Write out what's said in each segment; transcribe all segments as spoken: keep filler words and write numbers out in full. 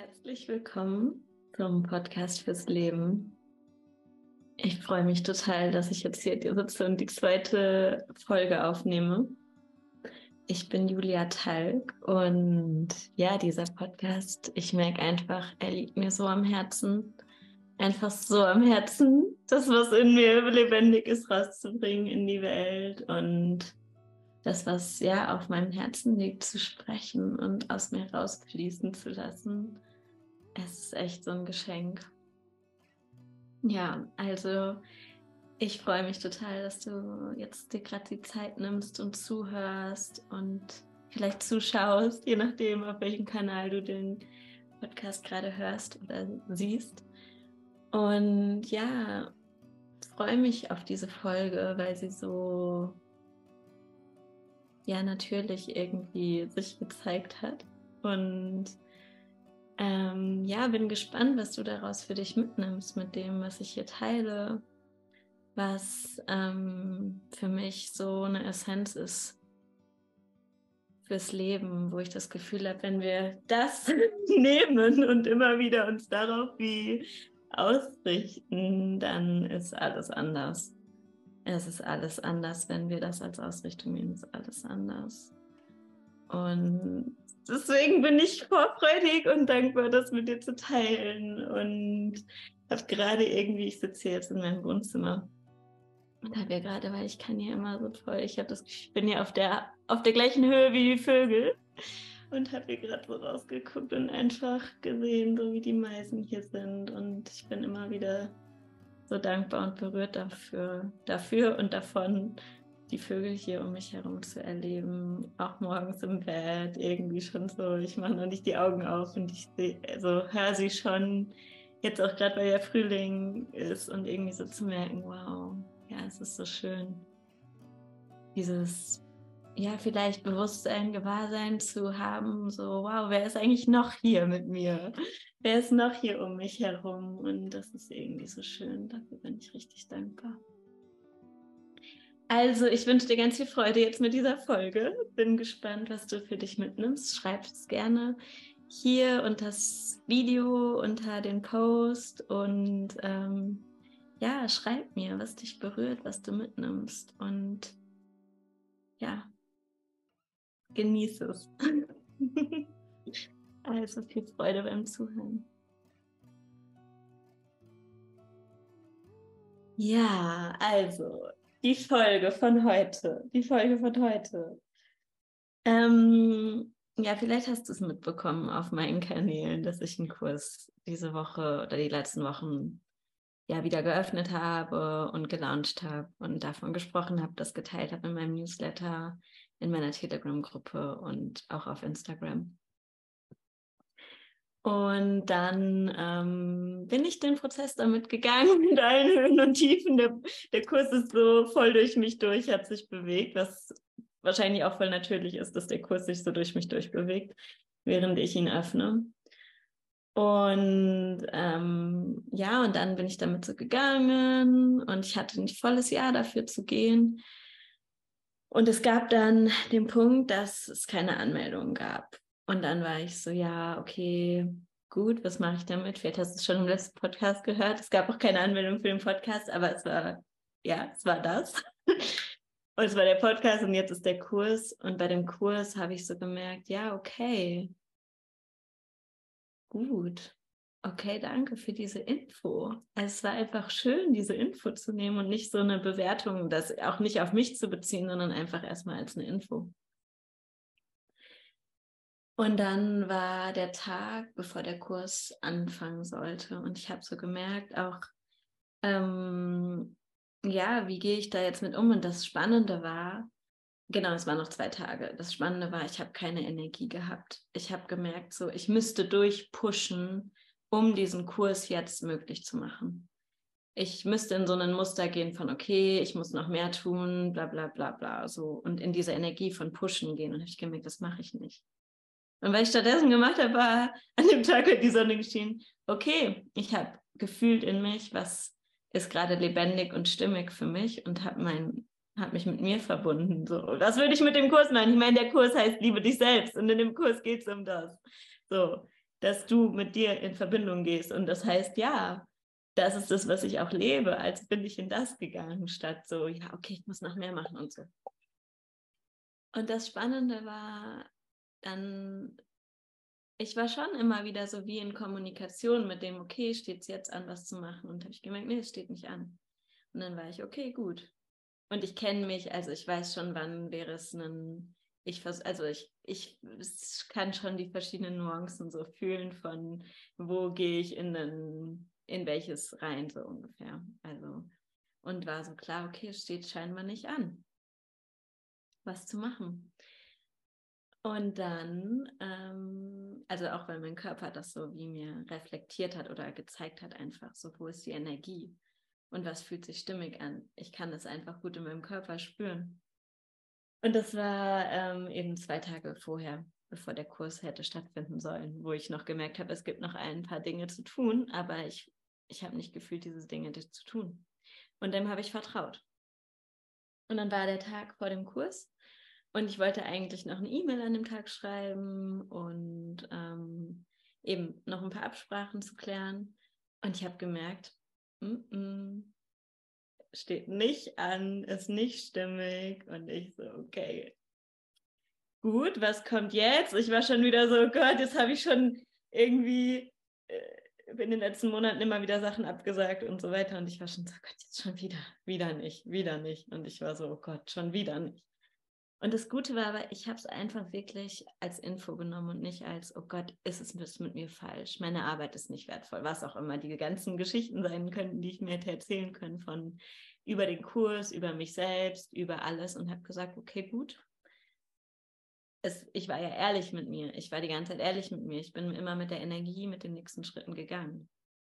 Herzlich willkommen zum Podcast fürs Leben. Ich freue mich total, dass ich jetzt hier sitze und die zweite Folge aufnehme. Ich bin Julia Talg und ja, dieser Podcast, ich merke einfach, er liegt mir so am Herzen. Einfach so am Herzen, das, was in mir lebendig ist, rauszubringen in die Welt und das, was ja auf meinem Herzen liegt, zu sprechen und aus mir rausfließen zu lassen. Es ist echt so ein Geschenk. Ja, also ich freue mich total, dass du jetzt dir gerade die Zeit nimmst und zuhörst und vielleicht zuschaust, je nachdem, auf welchem Kanal du den Podcast gerade hörst oder siehst. Und ja, freue mich auf diese Folge, weil sie so ja natürlich irgendwie sich gezeigt hat. Und ähm, ja, bin gespannt, was du daraus für dich mitnimmst mit dem, was ich hier teile, was ähm, für mich so eine Essenz ist fürs Leben, wo ich das Gefühl habe, wenn wir das nehmen und immer wieder uns darauf wie ausrichten, dann ist alles anders. Es ist alles anders, wenn wir das als Ausrichtung nehmen, ist alles anders. Und deswegen bin ich vorfreudig und dankbar, das mit dir zu teilen. Und habe gerade irgendwie, ich sitze hier jetzt in meinem Wohnzimmer und habe ja gerade, weil ich kann hier immer so toll, ich habe das Gefühl, ich bin hier auf der, auf der gleichen Höhe wie die Vögel und habe hier gerade so rausgeguckt und einfach gesehen, so wie die Meisen hier sind. Und ich bin immer wieder so dankbar und berührt dafür, dafür und davon, die Vögel hier um mich herum zu erleben, auch morgens im Bett, irgendwie schon so, ich mache noch nicht die Augen auf und ich seh, also höre sie schon, jetzt auch gerade, weil ja Frühling ist und irgendwie so zu merken, wow, ja, es ist so schön, dieses, ja, vielleicht Bewusstsein, Gewahrsein zu haben, so, wow, wer ist eigentlich noch hier mit mir? Wer ist noch hier um mich herum? Und das ist irgendwie so schön, dafür bin ich richtig dankbar. Also, ich wünsche dir ganz viel Freude jetzt mit dieser Folge. Bin gespannt, was du für dich mitnimmst. Schreib es gerne hier unter das Video, unter den Post und ähm, ja, schreib mir, was dich berührt, was du mitnimmst und ja, genieße es. Also viel Freude beim Zuhören. Ja, also die Folge von heute, die Folge von heute. Ähm, ja, vielleicht hast du es mitbekommen auf meinen Kanälen, dass ich einen Kurs diese Woche oder die letzten Wochen ja wieder geöffnet habe und gelauncht habe und davon gesprochen habe, das geteilt habe in meinem Newsletter, in meiner Telegram-Gruppe und auch auf Instagram. Und dann ähm, bin ich den Prozess damit gegangen mit allen Höhen und Tiefen. Der, der Kurs ist so voll durch mich durch, hat sich bewegt, was wahrscheinlich auch voll natürlich ist, dass der Kurs sich so durch mich durchbewegt, während ich ihn öffne. Und ähm, ja, und dann bin ich damit so gegangen und ich hatte ein volles Jahr dafür zu gehen. Und es gab dann den Punkt, dass es keine Anmeldung gab. Und dann war ich so, ja, okay, gut, was mache ich damit? Vielleicht hast du es schon im letzten Podcast gehört. Es gab auch keine Anmeldung für den Podcast, aber es war, ja, es war das. Und es war der Podcast und jetzt ist der Kurs. Und bei dem Kurs habe ich so gemerkt, ja, okay, gut. Okay, danke für diese Info. Es war einfach schön, diese Info zu nehmen und nicht so eine Bewertung, das auch nicht auf mich zu beziehen, sondern einfach erstmal als eine Info. Und dann war der Tag, bevor der Kurs anfangen sollte. Und ich habe so gemerkt, auch, ähm, ja, wie gehe ich da jetzt mit um? Und das Spannende war, genau, es waren noch zwei Tage. Das Spannende war, ich habe keine Energie gehabt. Ich habe gemerkt, so, ich müsste durchpushen, um diesen Kurs jetzt möglich zu machen. Ich müsste in so ein Muster gehen von, okay, ich muss noch mehr tun, bla bla bla bla, so. Und in diese Energie von Pushen gehen. Und habe ich gemerkt, das mache ich nicht. Und was ich stattdessen gemacht habe, war, an dem Tag hat die Sonne geschienen, okay, ich habe gefühlt in mich, was ist gerade lebendig und stimmig für mich und habe mein, hab mich mit mir verbunden. So, was würde ich mit dem Kurs machen? Ich meine, der Kurs heißt Liebe dich selbst und in dem Kurs geht es um das. So, dass du mit dir in Verbindung gehst. Und das heißt, ja, das ist das, was ich auch lebe. Also bin ich in das gegangen, statt so, ja, okay, ich muss noch mehr machen und so. Und das Spannende war dann, ich war schon immer wieder so wie in Kommunikation mit dem, okay, steht es jetzt an, was zu machen? Und habe ich gemerkt, nee, es steht nicht an. Und dann war ich, okay, gut. Und ich kenne mich, also ich weiß schon, wann wäre es ein, ich also ich, ich kann schon die verschiedenen Nuancen so fühlen von, wo gehe ich in den, in welches rein, so ungefähr. Also, und war so klar, okay, es steht scheinbar nicht an, was zu machen. Und dann, ähm, also auch weil mein Körper das so wie mir reflektiert hat oder gezeigt hat, einfach so, wo ist die Energie und was fühlt sich stimmig an. Ich kann das einfach gut in meinem Körper spüren. Und das war ähm, eben zwei Tage vorher, bevor der Kurs hätte stattfinden sollen, wo ich noch gemerkt habe, es gibt noch ein paar Dinge zu tun, aber ich, ich habe nicht gefühlt, diese Dinge zu tun. Und dem habe ich vertraut. Und dann war der Tag vor dem Kurs. Und ich wollte eigentlich noch eine E-Mail an dem Tag schreiben und ähm, eben noch ein paar Absprachen zu klären. Und ich habe gemerkt, m -m, steht nicht an, ist nicht stimmig. Und ich so, okay, gut, was kommt jetzt? Ich war schon wieder so, oh Gott, jetzt habe ich schon irgendwie äh, in den letzten Monaten immer wieder Sachen abgesagt und so weiter. Und ich war schon so, oh Gott, jetzt schon wieder, wieder nicht, wieder nicht. Und ich war so, oh Gott, schon wieder nicht. Und das Gute war aber, ich habe es einfach wirklich als Info genommen und nicht als, oh Gott, ist es mit mir falsch? Meine Arbeit ist nicht wertvoll, was auch immer die ganzen Geschichten sein könnten, die ich mir hätte erzählen können von über den Kurs, über mich selbst, über alles und habe gesagt, okay, gut. Es, ich war ja ehrlich mit mir. Ich war die ganze Zeit ehrlich mit mir. Ich bin immer mit der Energie, mit den nächsten Schritten gegangen.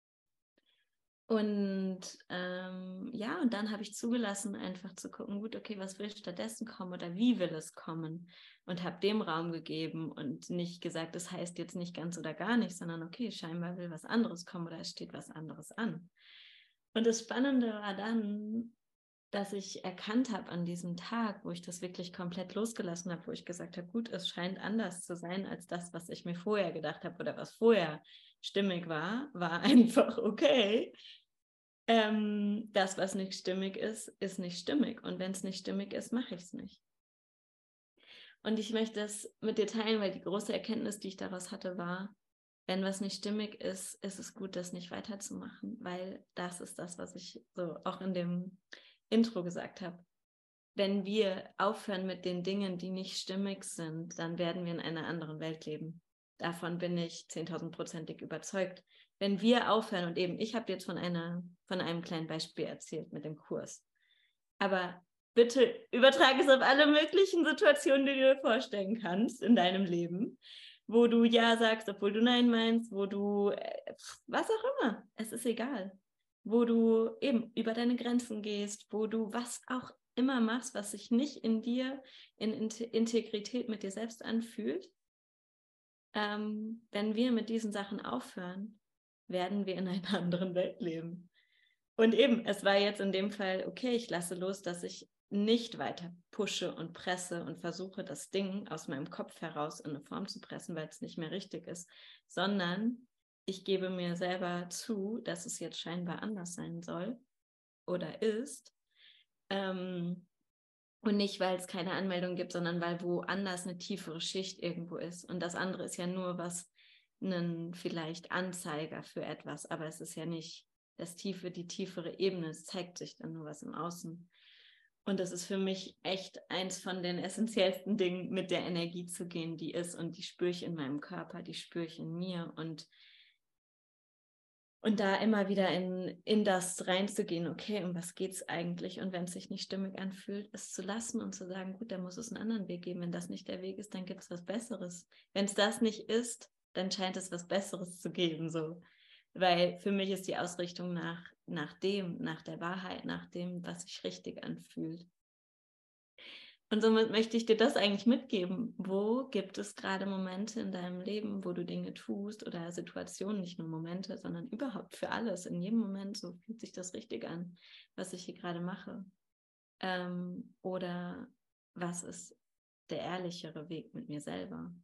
Und ähm, ja, und dann habe ich zugelassen, einfach zu gucken, gut, okay, was will stattdessen kommen oder wie will es kommen? Und habe dem Raum gegeben und nicht gesagt, das heißt jetzt nicht ganz oder gar nicht, sondern okay, scheinbar will was anderes kommen oder es steht was anderes an. Und das Spannende war dann, dass ich erkannt habe an diesem Tag, wo ich das wirklich komplett losgelassen habe, wo ich gesagt habe, gut, es scheint anders zu sein als das, was ich mir vorher gedacht habe oder was vorher stimmig war, war einfach okay. Ähm, das, was nicht stimmig ist, ist nicht stimmig. Und wenn es nicht stimmig ist, mache ich es nicht. Und ich möchte das mit dir teilen, weil die große Erkenntnis, die ich daraus hatte, war, wenn was nicht stimmig ist, ist es gut, das nicht weiterzumachen, weil das ist das, was ich so auch in dem Intro gesagt habe. Wenn wir aufhören mit den Dingen, die nicht stimmig sind, dann werden wir in einer anderen Welt leben. Davon bin ich zehntausendprozentig überzeugt. Wenn wir aufhören, und eben, ich habe jetzt von, einer, von einem kleinen Beispiel erzählt mit dem Kurs, aber bitte übertrage es auf alle möglichen Situationen, die du dir vorstellen kannst in deinem Leben, wo du Ja sagst, obwohl du Nein meinst, wo du, äh, was auch immer, es ist egal, wo du eben über deine Grenzen gehst, wo du was auch immer machst, was sich nicht in dir in Integrität mit dir selbst anfühlt. Ähm, wenn wir mit diesen Sachen aufhören, werden wir in einer anderen Welt leben. Und eben, es war jetzt in dem Fall, okay, ich lasse los, dass ich nicht weiter pushe und presse und versuche, das Ding aus meinem Kopf heraus in eine Form zu pressen, weil es nicht mehr richtig ist, sondern ich gebe mir selber zu, dass es jetzt scheinbar anders sein soll oder ist. Ähm, und nicht, weil es keine Anmeldung gibt, sondern weil woanders eine tiefere Schicht irgendwo ist. Und das andere ist ja nur was, einen vielleicht Anzeiger für etwas, aber es ist ja nicht das tiefe, die tiefere Ebene. Es zeigt sich dann nur was im Außen. Und das ist für mich echt eins von den essentiellsten Dingen, mit der Energie zu gehen, die ist. Und die spüre ich in meinem Körper, die spüre ich in mir. Und Und da immer wieder in, in das reinzugehen, okay, um was geht es eigentlich? Und wenn es sich nicht stimmig anfühlt, es zu lassen und zu sagen, gut, dann muss es einen anderen Weg geben. Wenn das nicht der Weg ist, dann gibt es was Besseres. Wenn es das nicht ist, dann scheint es was Besseres zu geben. So. Weil für mich ist die Ausrichtung nach, nach dem, nach der Wahrheit, nach dem, was sich richtig anfühlt. Und somit möchte ich dir das eigentlich mitgeben. Wo gibt es gerade Momente in deinem Leben, wo du Dinge tust oder Situationen, nicht nur Momente, sondern überhaupt für alles. In jedem Moment, so fühlt sich das richtig an, was ich hier gerade mache. Ähm, oder was ist der ehrlichere Weg mit mir selber?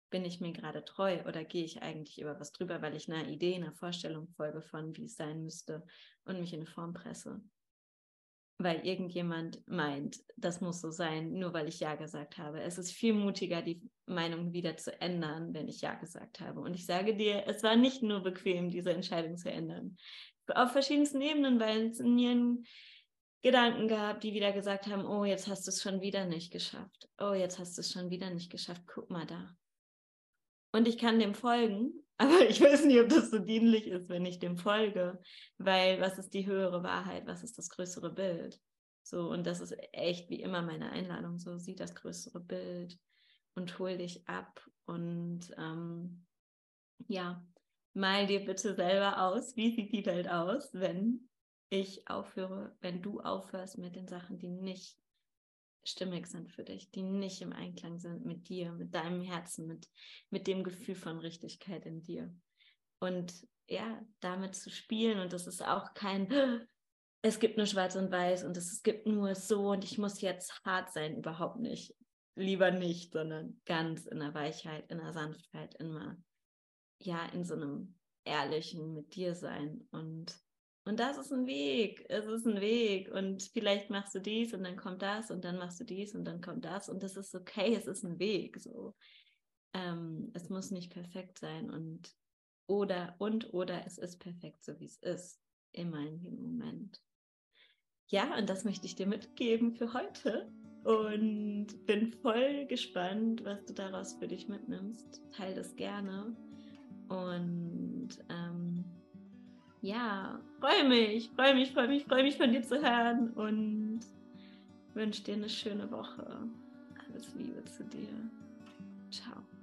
bin ich mir gerade treu oder gehe ich eigentlich über was drüber, weil ich einer Idee, einer Vorstellung folge von, wie es sein müsste und mich in eine Form presse. Weil irgendjemand meint, das muss so sein, nur weil ich Ja gesagt habe. Es ist viel mutiger, die Meinung wieder zu ändern, wenn ich Ja gesagt habe. Und ich sage dir, es war nicht nur bequem, diese Entscheidung zu ändern. Auf verschiedensten Ebenen, weil es in mir einen Gedanken gab, die wieder gesagt haben, oh, jetzt hast du es schon wieder nicht geschafft. Oh, jetzt hast du es schon wieder nicht geschafft. Guck mal da. Und ich kann dem folgen, aber ich weiß nicht, ob das so dienlich ist, wenn ich dem folge, weil was ist die höhere Wahrheit, was ist das größere Bild? So, und das ist echt wie immer meine Einladung, so sieh das größere Bild und hol dich ab und ähm, ja, mal dir bitte selber aus, wie sieht die Welt aus, wenn ich aufhöre, wenn du aufhörst mit den Sachen, die nicht stimmig sind für dich, die nicht im Einklang sind mit dir, mit deinem Herzen, mit, mit dem Gefühl von Richtigkeit in dir. Und ja, damit zu spielen, und das ist auch kein, es gibt nur schwarz und weiß und es gibt nur so und ich muss jetzt hart sein, überhaupt nicht. Lieber nicht, sondern ganz in der Weichheit, in der Sanftheit, immer, ja, in so einem ehrlichen mit dir sein. Und Und das ist ein Weg, es ist ein Weg und vielleicht machst du dies und dann kommt das und dann machst du dies und dann kommt das und das ist okay, es ist ein Weg, so. Ähm, es muss nicht perfekt sein und oder und oder es ist perfekt, so wie es ist, immer in jedem Moment. Ja, und das möchte ich dir mitgeben für heute und bin voll gespannt, was du daraus für dich mitnimmst. Teil das gerne und ähm, ja, freue mich, freue mich, freue mich, freue mich von dir zu hören und wünsche dir eine schöne Woche. Alles Liebe zu dir. Ciao.